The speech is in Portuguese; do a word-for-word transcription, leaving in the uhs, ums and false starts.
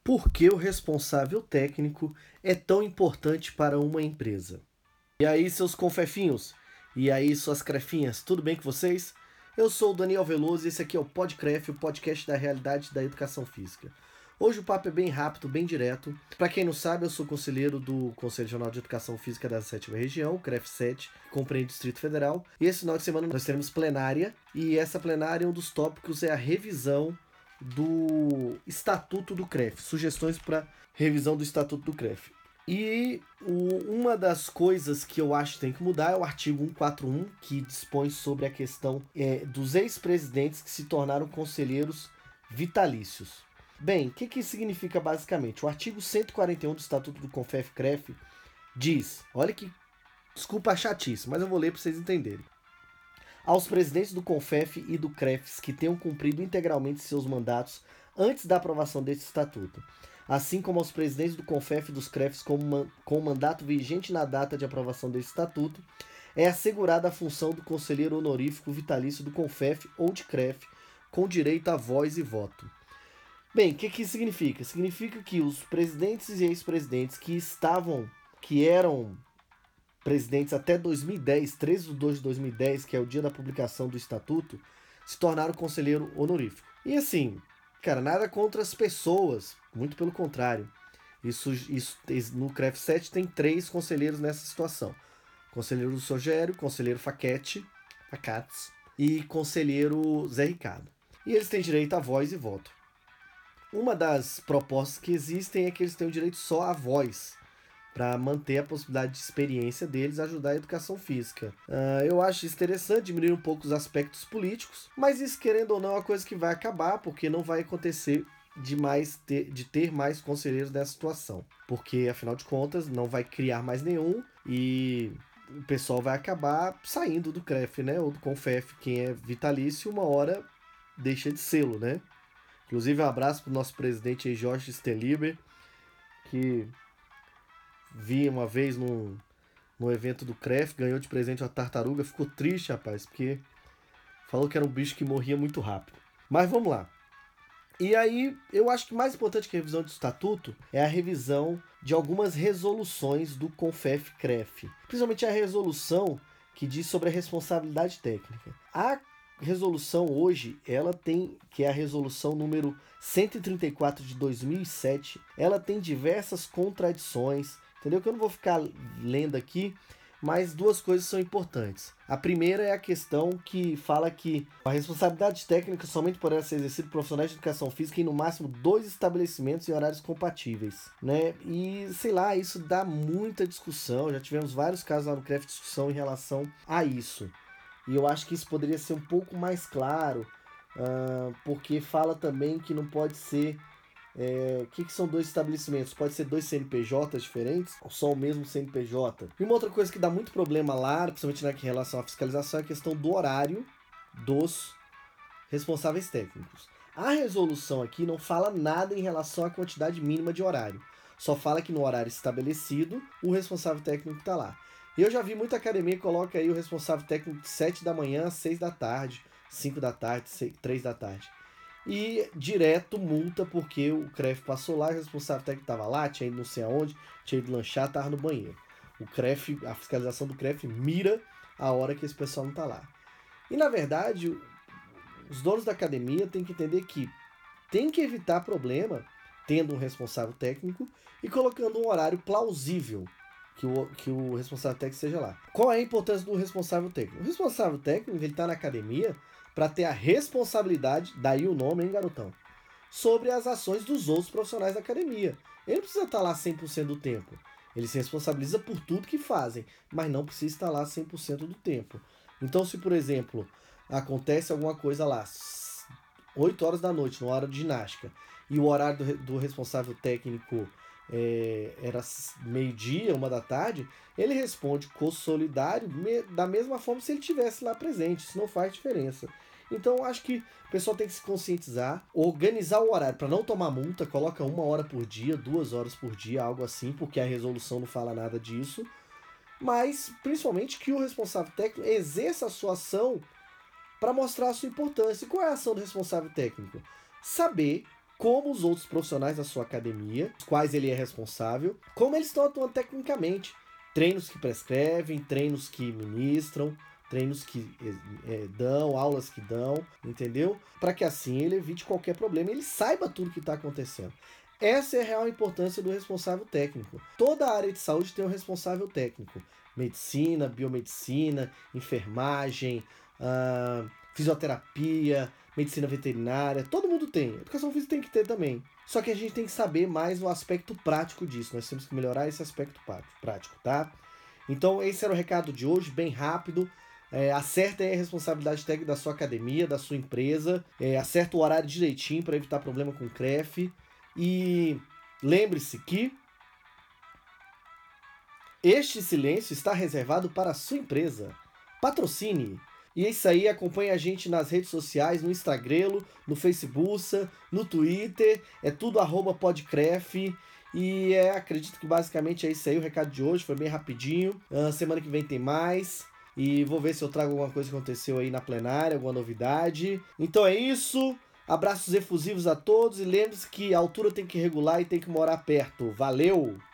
Por que o responsável técnico é tão importante para uma empresa? E aí, seus confefinhos? E aí, suas crefinhas? Tudo bem com vocês? Eu sou o Daniel Veloso e esse aqui é o Podcref, o podcast da realidade da educação física. Hoje o papo é bem rápido, bem direto. Para quem não sabe, eu sou conselheiro do Conselho Regional de Educação Física da sétima Região, o C R E F sete, que compreende o Distrito Federal. E esse final de semana nós teremos plenária, e essa plenária, um dos tópicos é a revisão do Estatuto do C R E F, sugestões para revisão do Estatuto do C R E F. E o, uma das coisas que eu acho que tem que mudar é o artigo cento e quarenta e um, que dispõe sobre a questão é, dos ex-presidentes que se tornaram conselheiros vitalícios. Bem, o que, que isso significa basicamente? O artigo cento e quarenta e um do Estatuto do CONFEF-C R E F diz, olha que, desculpa a chatice, mas eu vou ler para vocês entenderem. Aos presidentes do CONFEF e do C R E Fs que tenham cumprido integralmente seus mandatos antes da aprovação deste estatuto, assim como aos presidentes do CONFEF e dos C R E Fs com, man, com mandato vigente na data de aprovação deste estatuto, é assegurada a função do conselheiro honorífico vitalício do CONFEF ou de C R E F, com direito a voz e voto. Bem, o que, que isso significa? Significa que os presidentes e ex-presidentes que estavam, que eram presidentes até dois mil e dez, treze de dois de dois mil e dez, que é o dia da publicação do estatuto, se tornaram conselheiro honorífico. E assim, cara, nada contra as pessoas, muito pelo contrário. Isso, isso no C R E F sete tem três conselheiros nessa situação. Conselheiro do Sogério, conselheiro Faquete, Facates, e conselheiro Zé Ricardo. E eles têm direito a voz e voto. Uma das propostas que existem é que eles tenham direito só à voz, para manter a possibilidade de experiência deles ajudar a educação física. Uh, eu acho isso interessante, diminuir um pouco os aspectos políticos, mas isso, querendo ou não, é uma coisa que vai acabar, porque não vai acontecer de, mais ter, de ter mais conselheiros nessa situação. Porque, afinal de contas, não vai criar mais nenhum e o pessoal vai acabar saindo do C R E F, né? Ou do CONFEF, quem é vitalício, uma hora deixa de sê-lo, né? Inclusive, um abraço para o nosso presidente aí, Jorge Steliber, que vi uma vez num, num evento do C R E F, ganhou de presente uma tartaruga, ficou triste, rapaz, porque falou que era um bicho que morria muito rápido. Mas vamos lá. E aí, eu acho que mais importante que a revisão do estatuto é a revisão de algumas resoluções do CONFEF-C R E F. Principalmente a resolução que diz sobre a responsabilidade técnica. A resolução hoje, ela tem, que é a resolução número cento e trinta e quatro de dois mil e sete, ela tem diversas contradições, entendeu? Que eu não vou ficar lendo aqui, mas duas coisas são importantes. A primeira é a questão que fala que a responsabilidade técnica somente poderá ser exercida por profissionais de educação física em no máximo dois estabelecimentos em horários compatíveis, né? E, sei lá, isso dá muita discussão, já tivemos vários casos lá no C R E F de discussão em relação a isso. E eu acho que isso poderia ser um pouco mais claro, uh, porque fala também que não pode ser... O é, que, que são dois estabelecimentos? Pode ser dois C N P Js diferentes ou só o mesmo C N P J? E uma outra coisa que dá muito problema lá, principalmente na relação à fiscalização, é a questão do horário dos responsáveis técnicos. A resolução aqui não fala nada em relação à quantidade mínima de horário. Só fala que no horário estabelecido, o responsável técnico está lá. E eu já vi muita academia que coloca aí o responsável técnico de sete da manhã às seis da tarde, cinco da tarde, três da tarde. E direto multa porque o C R E F passou lá, o responsável técnico estava lá, tinha ido não sei aonde, tinha ido lanchar, estava no banheiro. O C R E F, a fiscalização do C R E F mira a hora que esse pessoal não está lá. E na verdade, os donos da academia têm que entender que tem que evitar problema tendo um responsável técnico e colocando um horário plausível que o, que o responsável técnico esteja lá. Qual é a importância do responsável técnico? O responsável técnico, ele está na academia para ter a responsabilidade, daí o nome, hein, garotão, sobre as ações dos outros profissionais da academia. Ele não precisa estar lá cem por cento do tempo. Ele se responsabiliza por tudo que fazem, mas não precisa estar lá cem por cento do tempo. Então, se, por exemplo, acontece alguma coisa lá, oito horas da noite, na hora de ginástica, e o horário do, do responsável técnico é, era meio-dia, uma da tarde, ele responde co-solidário me, da mesma forma se ele estivesse lá presente. Isso não faz diferença. Então, acho que o pessoal tem que se conscientizar, organizar o horário para não tomar multa, coloca uma hora por dia, duas horas por dia, algo assim, porque a resolução não fala nada disso. Mas, principalmente, que o responsável técnico exerça a sua ação para mostrar a sua importância. E qual é a ação do responsável técnico? Saber como os outros profissionais da sua academia, quais ele é responsável, como eles estão atuando tecnicamente. Treinos que prescrevem, treinos que ministram, treinos que é, dão, aulas que dão, entendeu? Para que assim ele evite qualquer problema e ele saiba tudo que está acontecendo. Essa é a real importância do responsável técnico. Toda a área de saúde tem um responsável técnico. Medicina, biomedicina, enfermagem, uh, fisioterapia, medicina veterinária, todo mundo tem. Educação física tem que ter também. Só que a gente tem que saber mais o aspecto prático disso. Nós temos que melhorar esse aspecto prático, tá? Então esse era o recado de hoje, bem rápido. É, acerta aí a responsabilidade técnica da sua academia, da sua empresa. É, acerta o horário direitinho para evitar problema com o C R E F. E lembre-se que este silêncio está reservado para a sua empresa. Patrocine! E é isso aí, acompanhe a gente nas redes sociais, no Instagram, no Facebook, no Twitter, é tudo arroba podcref. E é, acredito que basicamente é isso aí, o recado de hoje, foi bem rapidinho. Uh, semana que vem tem mais. E vou ver se eu trago alguma coisa que aconteceu aí na plenária, alguma novidade. Então é isso, abraços efusivos a todos e lembre-se que a altura tem que regular e tem que morar perto. Valeu!